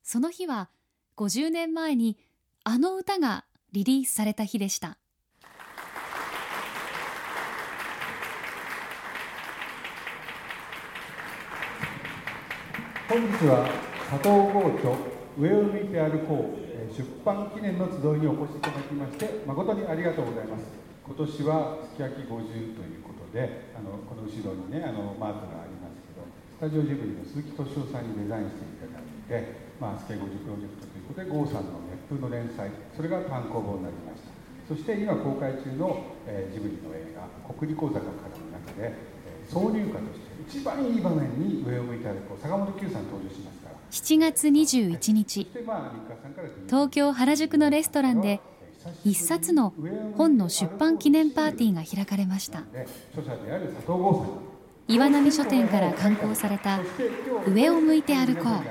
その日は50年前にあの歌がリリースされた日でした。 本日は佐藤郷著上を向いて歩こう出版記念の集いにお越しいただきまして誠にありがとうございます。今年は月明50ということで、この後ろにねマークがありますけど、スタジオジブリの鈴木敏夫さんにデザインしていただいて、スケ50プロジェクトということで郷さんの熱風の連載、それが単行本になりました。そして今公開中の、ジブリの映画国立小坂からの中で、挿入歌として一番いい場面に上を向いて歩こう、坂本九さん登場しますから。 7月21日、東京原宿のレストランで一冊の本の出版記念パーティーが開かれました。岩波書店から刊行された上を向いて歩こう。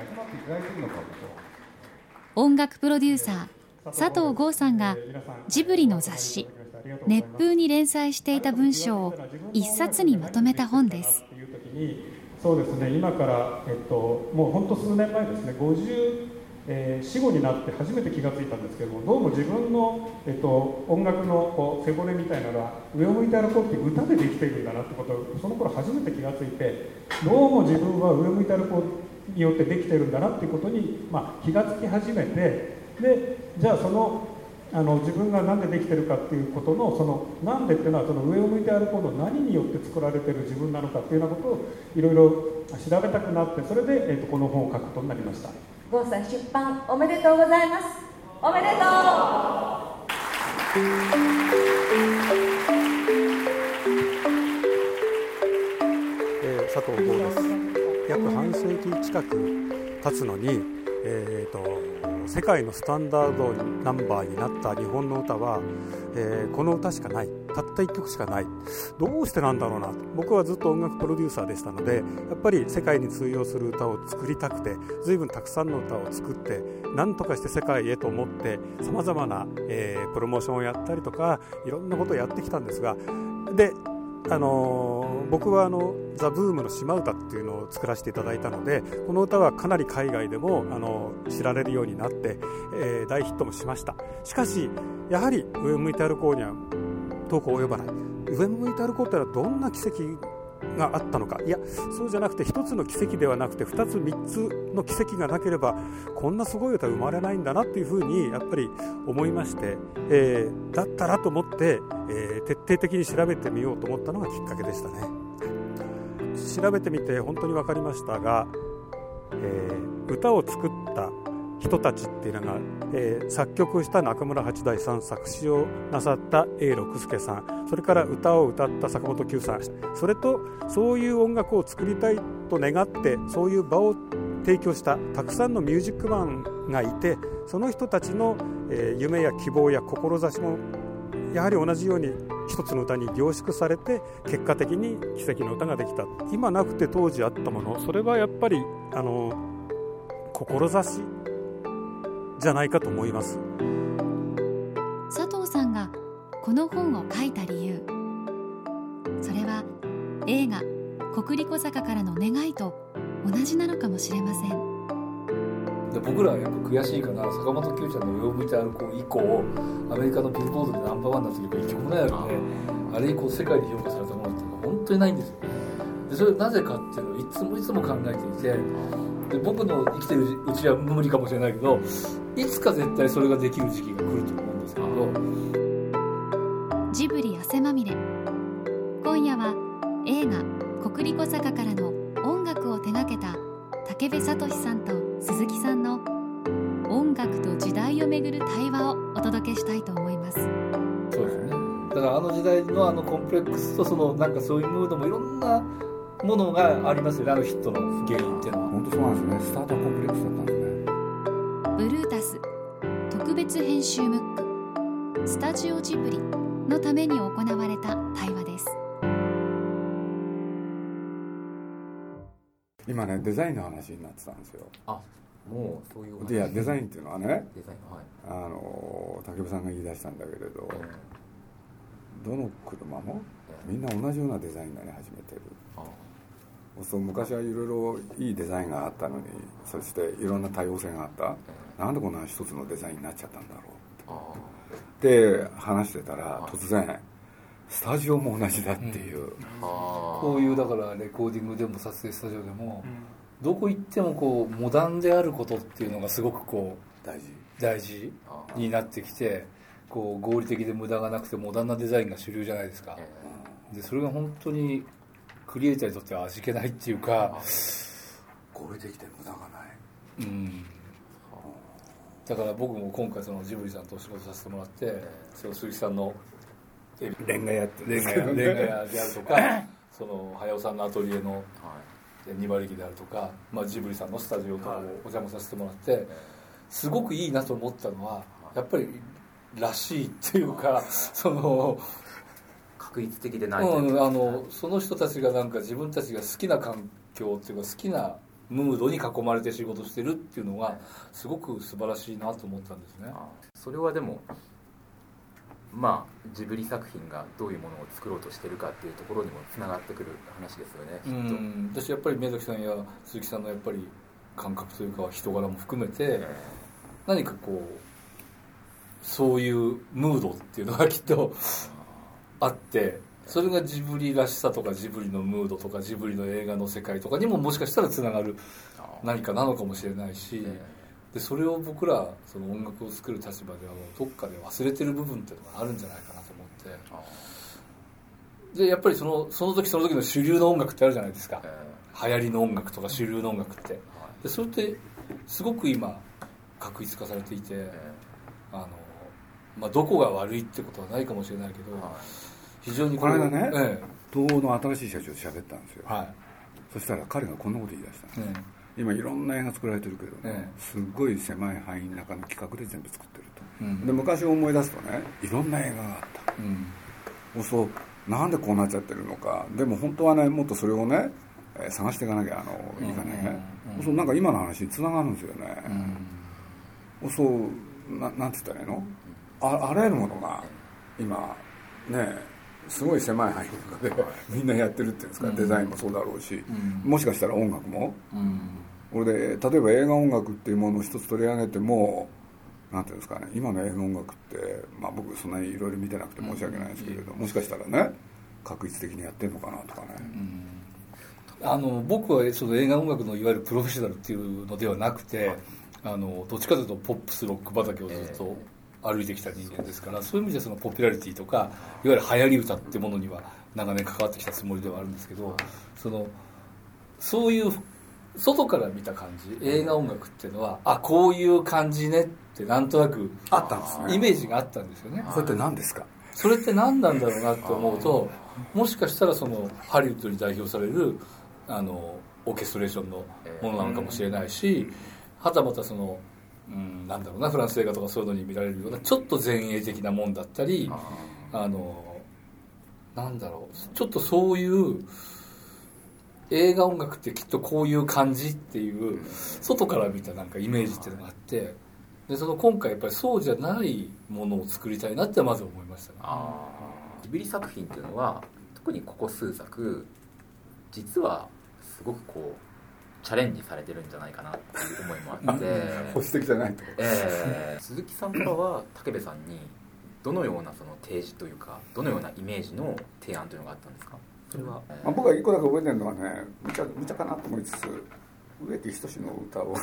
音楽プロデューサー佐藤剛さんがジブリの雑誌熱風に連載していた文章を一冊にまとめた本です。 そうですね、今から、もう本当数年前ですね、54、5になって初めて気がついたんですけども、どうも自分の、音楽の背骨みたいなのは上を向いて歩こうっていう歌でできているんだなってことをその頃初めて気がついて、どうも自分は上を向いて歩こうによってできているんだなっていうことに、気がつき始めて、でじゃあその自分が何でできてるかっていうことのそのなんでっていうのは、その上を向いて歩こうの何によって作られてる自分なのかっていうようなことをいろいろ調べたくなって、それで、この本を書くことになりました。 郷さん出版おめでとうございます。おめでとう。 佐藤剛です。約半世紀近く経つのに、世界のスタンダードナンバーになった日本の歌は、この歌しかない、たった1曲しかない。どうしてなんだろうな。僕はずっと音楽プロデューサーでしたので、やっぱり世界に通用する歌を作りたくて、随分たくさんの歌を作って何とかして世界へと思ってさまざまな、プロモーションをやったりとか、いろんなことをやってきたんですが、で僕はザ・ブームの島唄っていうのを作らせていただいたので、この歌はかなり海外でも知られるようになって、大ヒットもしました。しかしやはり上を向いて歩こうには遠く及ばない。上を向いて歩こうというのはどんな奇跡があったのか。いや、そうじゃなくて、一つの奇跡ではなくて2つ3つの奇跡がなければこんなすごい歌生まれないんだなっていうふうにやっぱり思いまして、だったらと思って、徹底的に調べてみようと思ったのがきっかけでしたね。調べてみて本当に分かりましたが、歌を作った人たちっていうのが、作曲した中村八大さん、作詞をなさった永六輔さん、それから歌を歌った坂本九さん、それとそういう音楽を作りたいと願ってそういう場を提供したたくさんのミュージックマンがいて、その人たちの、夢や希望や志もやはり同じように一つの歌に凝縮されて、結果的に奇跡の歌ができた。今なくて当時あったもの、それはやっぱり志じゃないかと思います。 佐藤さんがこの本を書いた理由、それは映画国立小坂からの願いと同じなのかもしれません。 で僕らはやっぱ悔しいかな、坂本九ちゃんの上を向いて歩こう以降、アメリカのビルボードでナンバーワンになった曲1曲ないわけで、あれ以降世界で評価されたものっていうのは本当にないんですよ。でそれなぜかっていうのをいつも考えていて、で僕の生きてるうちは無理かもしれないけど、いつか絶対それができる時期が来ると思うんですけど。ジブリ汗まみれ、今夜は映画国立小坂からの音楽を手掛けた武部聡さんと鈴木さんの音楽と時代をめぐる対話をお届けしたいと思います。 そうですね。だから時代のコンプレックスとなんかそういうムードもいろんなものがありますよね、ヒットの原因っていうのは。 本当そうなんですね。スタートはコンプレックスだったんですね。 ブルータス特別編集ムックスタジオジブリのために行われた対話です。 今ね、デザインの話になってたんですよ。 あ、もうそういう話。 いや、デザインっていうのはね、 デザイン、はい、 武部さんが言い出したんだけれど、どの車もみんな同じようなデザインがね始めてる。 そう昔はいろいろいいデザインがあったのに、そしていろんな多様性があった、なんでこんな一つのデザインになっちゃったんだろうって話してたら、突然スタジオも同じだっていう、 こういうだからレコーディングでも撮影スタジオでも、どこ行ってもこうモダンであることっていうのがすごくこう大事になってきて、こう合理的で無駄がなくてモダンなデザインが主流じゃないですか。でそれが本当にクリエイターにとっては味気ないっていうか、 合理的で無駄がない、 だから僕も今回そのジブリさんとお仕事させてもらって、その鈴木さんのレンガ屋ってレンガ屋であるとかその早尾さんのアトリエの2馬力であるとか、ジブリさんのスタジオとかをお邪魔させてもらって、すごくいいなと思ったのはやっぱりらしいっていうか、その確率的でないというか、 その人たちがなんか自分たちが好きな環境っていうか好きなムードに囲まれて仕事してるっていうのがすごく素晴らしいなと思ったんですね。 それはでもジブリ作品がどういうものを作ろうとしてるかっていうところにもつながってくる話ですよね、きっと。 私やっぱり宮崎さんや鈴木さんのやっぱり感覚というか人柄も含めて、何かこうそういうムードっていうのがきっとあって、それがジブリらしさとかジブリのムードとかジブリの映画の世界とかにももしかしたらつながる何かなのかもしれないし、でそれを僕らその音楽を作る立場ではどっかで忘れてる部分っていうのがあるんじゃないかなと思って、でやっぱりその時その時の主流の音楽ってあるじゃないですか、流行りの音楽とか主流の音楽って、でそれってすごく今確一化されていて、どこが悪いってことはないかもしれないけど、非常にこの間ね、東欧の新しい社長と喋ったんですよ、そしたら彼がこんなこと言い出したんです、今いろんな映画作られてるけどね、すごい狭い範囲の中の企画で全部作ってると、で昔を思い出すとね、いろんな映画があった、そうなんでこうなっちゃってるのか、でも本当はね、もっとそれをね、探していかなきゃいいかね、そうなんか今の話につながるんですよね、そうなんて言ったらいいの、あらゆるものが今ね、すごい狭い範囲の中でみんなやってるっていうんですか、デザインもそうだろうし、もしかしたら音楽も、これで例えば映画音楽っていうものを一つ取り上げても、なんていうんですかね、今の映画音楽って、僕そんなにいろいろ見てなくて申し訳ないですけれど、もしかしたらね確率的にやってるのかなとかね、 僕はその映画音楽のいわゆるプロフェッショナルっていうのではなくて、どっちかというとポップスロック畑をずっと歩いてきた人間ですから、そういう意味でそのポピュラリティとかいわゆる流行り歌ってものには長年関わってきたつもりではあるんですけど、そういう外から見た感じ、映画音楽っていうのはこういう感じねってなんとなくあったんですね、 イメージがあったんですよね。 それって何ですか、 それって何なんだろうなって思うと、もしかしたらそのハリウッドに代表されるオーケストレーションのものなのかもしれないし、はたまたそのなんだろうな、フランス映画とかそういうのに見られるようなちょっと前衛的なもんだったり、なんだろう、ちょっとそういう映画音楽ってきっとこういう感じっていう外から見たなんかイメージっていうのがあって、で今回やっぱりそうじゃないものを作りたいなってまず思いましたね。 ジブリ作品っていうのは特にここ数作実はすごくこうチャレンジされてるんじゃないかなっていう思いもあって保守的じゃないと、 鈴木さんからは武部さんにどのようなその提示というか、どのようなイメージの提案というのがあったんですか。それは、 僕は一個だけ覚えてるのはね、むちゃかなと思いつつ、植木仁の歌を、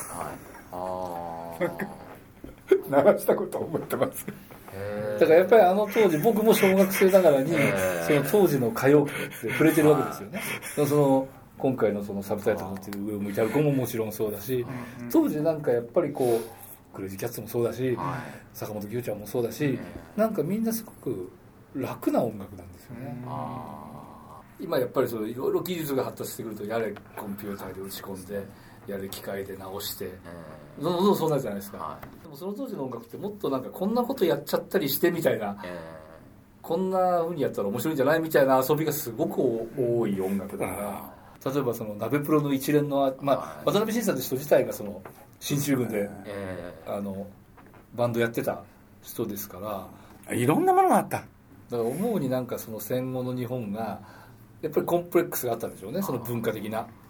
流したことを覚えてます。 だからやっぱり当時僕も小学生ながらにその当時の歌謡曲って触れてるわけですよね。今回のそのサブタイトルに載ってる上を向いてある子ももちろんそうだし、当時なんかやっぱりこうクレイジーキャッツもそうだし、坂本九ちゃんもそうだし、なんかみんなすごく楽な音楽なんですよね。今やっぱりいろいろ技術が発達してくると、やれコンピューターで打ち込んで、やれ機械で直して、どんどんそうなるじゃないですか、でもその当時の音楽ってもっとなんかこんなことやっちゃったりしてみたいな、こんな風にやったら面白いんじゃないみたいな遊びがすごく多い音楽だから、例えばその鍋プロの一連の、渡辺晋さんって人自体がその進駐軍で、バンドやってた人ですから、 いろんなものがあった。だから思うになんかその戦後の日本がやっぱりコンプレックスがあったんでしょうね、その文化的な。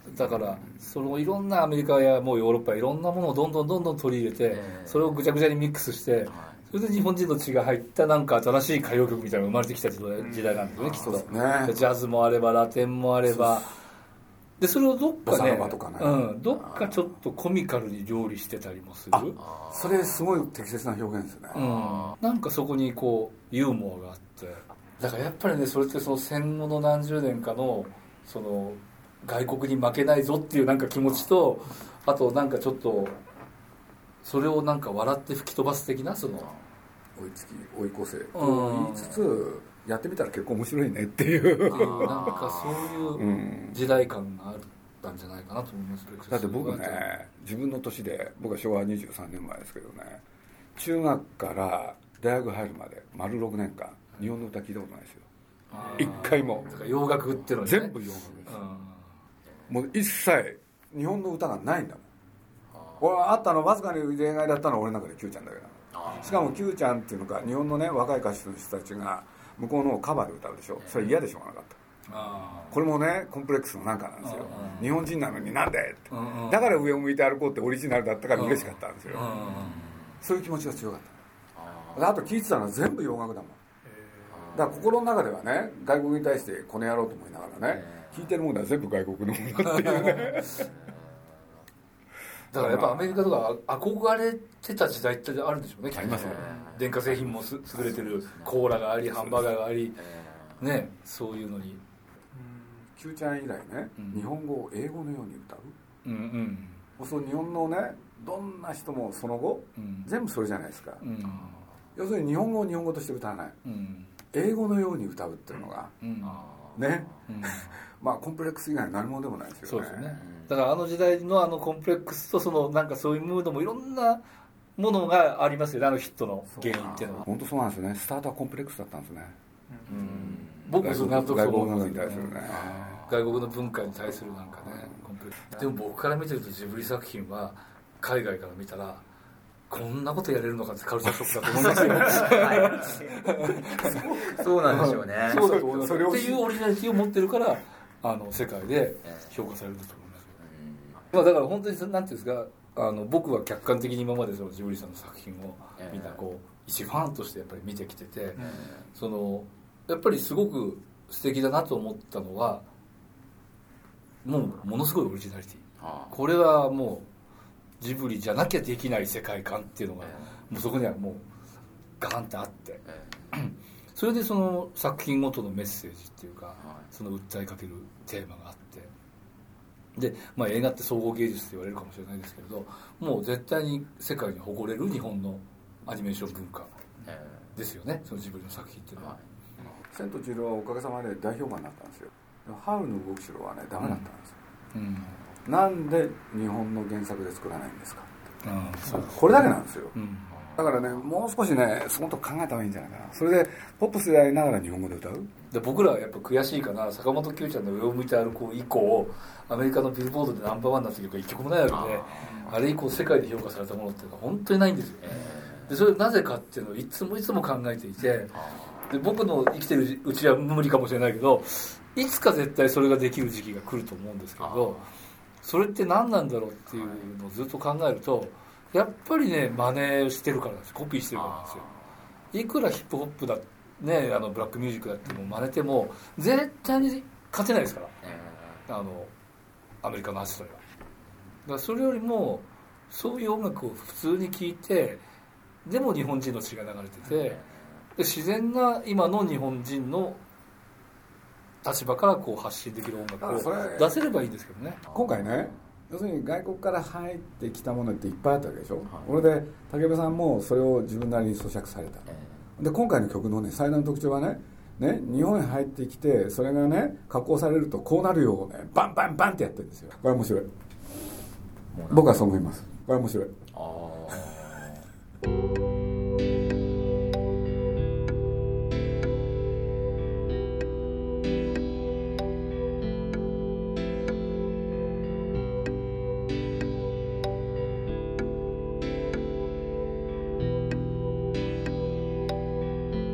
だからそのいろんなアメリカやもうヨーロッパいろんなものをどんどん取り入れて、それをぐちゃぐちゃにミックスして、それで日本人の血が入ったなんか新しい歌謡曲みたいなのが生まれてきた時代なんですよね、きっと、ジャズもあればラテンもあればで、それをどっかね、どっかちょっとコミカルに料理してたりもする。 それすごい適切な表現ですよね、 なんかそこにこうユーモアがあって、だからやっぱりね、それってその戦後の何十年かのその外国に負けないぞっていうなんか気持ちと、あとなんかちょっとそれをなんか笑って吹き飛ばす的なその追い越せと言いつつ、やってみたら結構面白いねっていうなんかそういう時代感があったんじゃないかなと思います。 だって僕ね、自分の年で、僕は昭和23年前ですけどね、中学から大学入るまで丸6年間日本の歌聞いたことないですよ、一回も。 だから洋楽ってのは、ね、 全部洋楽です、もう一切日本の歌がないんだもん。俺はあったのわずかに例外だったのは俺の中で Q ちゃんだけだ。しかも Q ちゃんっていうのが日本のね若い歌手の人たちが向こうのカバーで歌うでしょ。それ嫌でしょうがなかった。これもねコンプレックスのなんかなんですよ。日本人なのになんでって、だから上を向いて歩こうってオリジナルだったから嬉しかったんですよ。そういう気持ちが強かった。あと聴いてたのは全部洋楽だもん。だから心の中ではね、外国に対してこの野郎と思いながらね、聴いてるものは全部外国のものっていうねだからやっぱアメリカとか憧れてた時代ってあるんでしょうね。 ありますよね。 電化製品も優れてるコーラがあり、ハンバーガーがあり、ね、そういうのに。 Q ちゃん以来ね、日本語を英語のように歌う。そう日本のね、どんな人もその後、全部それじゃないですか。要するに日本語を日本語として歌わない。英語のように歌うっていうのが、ね。まあコンプレックス以外何もでもないですよね。 そうですね。だからあの時代のコンプレックスとそのなんかそういうムードもいろんなものがありますよね、あのヒットの原因っていうのは。 本当そうなんですよね。スタートはコンプレックスだったんですね。 僕もそう納得そう思いますに対するね。 外国の文化に対するなんかね、コンプレックス。でも僕から見てるとジブリ作品は海外から見たらこんなことやれるのかってカルチャーショックだと思いますよ。そうなんでしょうね。 そうだと思います。っていうオリジナリティを持ってるから世界で評価されると思います。だから本当になんていうんですか、僕は客観的に今までそのジブリさんの作品をみんなこう一ファンとしてやっぱり見てきてて、そのやっぱりすごく素敵だなと思ったのはものすごいオリジナリティ。これはもうジブリじゃなきゃできない世界観っていうのがもうそこにはもうガーンってあって、それでその作品ごとのメッセージっていうか、その訴えかけるテーマがあって、で、映画って総合芸術って言われるかもしれないですけれど、もう絶対に世界に誇れる日本のアニメーション文化ですよね、そのジブリの作品っていうのは。 千と千尋はおかげさまで大評判になったんですよ。ハウルの動く城はねダメだったんですよ、なんで日本の原作で作らないんですか、これだけなんですよ、だからね、もう少しねそのと考えた方がいいんじゃないかな。それでポップスでやりながら日本語で歌う。 で僕らはやっぱ悔しいかな、坂本九ちゃんの上を向いて歩こう以降アメリカのビルボードでナンバーワンになった曲が一曲もないわけで、あれ以降世界で評価されたものっていうのは本当にないんですよ、でそれなぜかっていうのをいつも考えていて、で僕の生きてるうちは無理かもしれないけど、いつか絶対それができる時期が来ると思うんですけど、それって何なんだろうっていうのをずっと考えると、やっぱりね真似してるからなんです、コピーしてるからなんですよ。いくらヒップホップだね、ブラックミュージックだっても真似ても絶対に勝てないですから、アメリカのアーティストには。だからそれよりもそういう音楽を普通に聴いて、でも日本人の血が流れてて、で自然な今の日本人の立場からこう発信できる音楽を出せればいいんですけどね。 今回ね、要するに外国から入ってきたものっていっぱいあったわけでしょ、これで武部さんもそれを自分なりに咀嚼された、で今回の曲のね最大の特徴はね、日本に入ってきてそれがね加工されるとこうなるようねバンバンバンってやってるんですよ。これ面白い、僕はそう思います。これ面白い。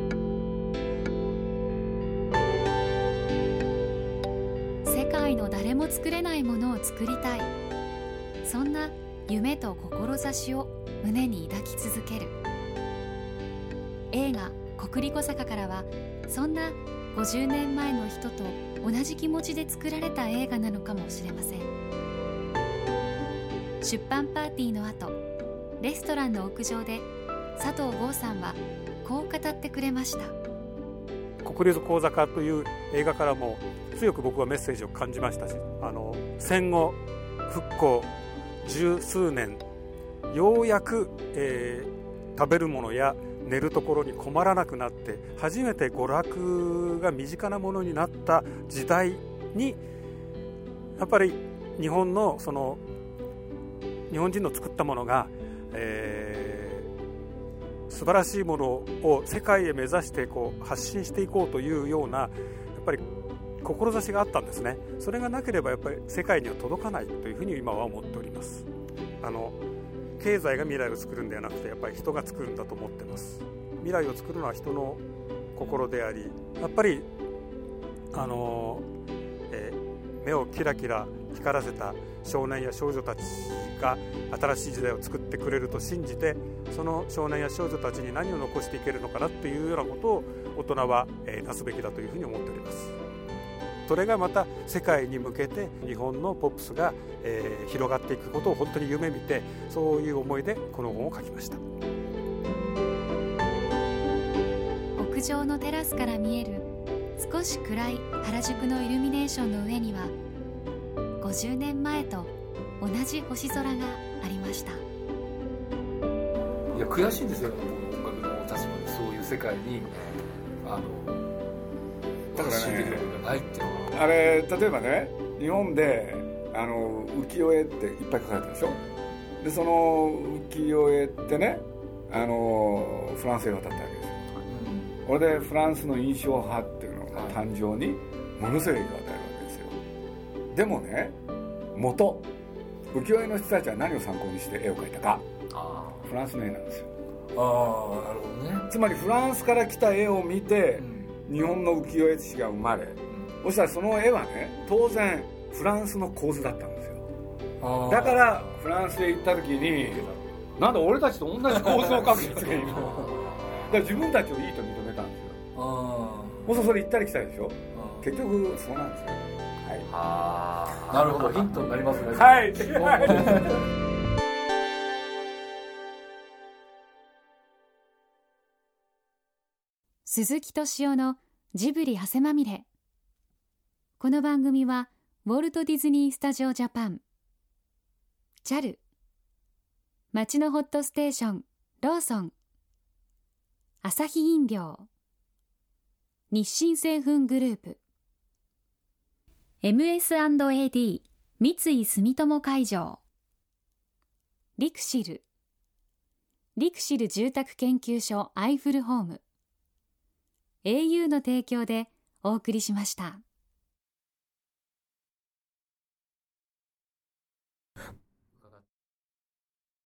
世界の誰誰も作れないものを作りたい、そんな夢と志を胸に抱き続ける。映画コクリコ坂からはそんな50年前の人と同じ気持ちで作られた映画なのかもしれません。出版パーティーの後、レストランの屋上で佐藤剛さんはこう語ってくれました。 国立講坂という映画からも強く僕はメッセージを感じましたし、戦後復興十数年、ようやく、食べるものや寝るところに困らなくなって初めて娯楽が身近なものになった時代に、やっぱり日本の日本人の作ったものが、素晴らしいものを世界へ目指して発信していこうというようなやっぱり志があったんですね。それがなければやっぱり世界には届かないというふうに今は思っております。経済が未来を作るんではなくて、やっぱり人が作るんだと思ってます。未来を作るのは人の心であり、やっぱり目をキラキラ光らせた少年や少女たちが新しい時代を作ってくれると信じて、その少年や少女たちに何を残していけるのかなというようなことを大人はなすべきだというふうに思っております。それがまた世界に向けて日本のポップスが、広がっていくことを本当に夢見て、そういう思いでこの本を書きました。 屋上のテラスから見える少し暗い原宿のイルミネーションの上には50年前と同じ星空がありました。 いや悔しいんですよ、音楽の立場でそういう世界にだからね、 ないっていうのはあれ、例えばね、日本で浮世絵っていっぱい書かれたでしょ。でその浮世絵ってね、フランスへ渡ったわけですよ。これでフランスの印象派っていうのが誕生にものすごい影響を与えるわけですよ。でもね、浮世絵の人たちは何を参考にして絵を描いたか、フランスの絵なんですよ。 なるほどね。 つまりフランスから来た絵を見て、日本の浮世絵師が生まれ、そしたらその絵はね、当然フランスの構図だったんですよ。だからフランスへ行った時に、なんで俺たちと同じ構図を描くやつがいるのだから自分たちをいいと認めたんですよ。もうそれ行ったり来たりでしょ。結局そうなんですよ。 はい。なるほど、ヒントになりますね。 はい。 鈴木敏夫のジブリ汗まみれ。この番組はウォルト・ディズニー・スタジオ・ジャパン、JAL、街のホットステーションローソン、アサヒ飲料、日清製粉グループ、MS&AD 三井住友海上、リクシル住宅研究所アイフルホーム、au の提供でお送りしました。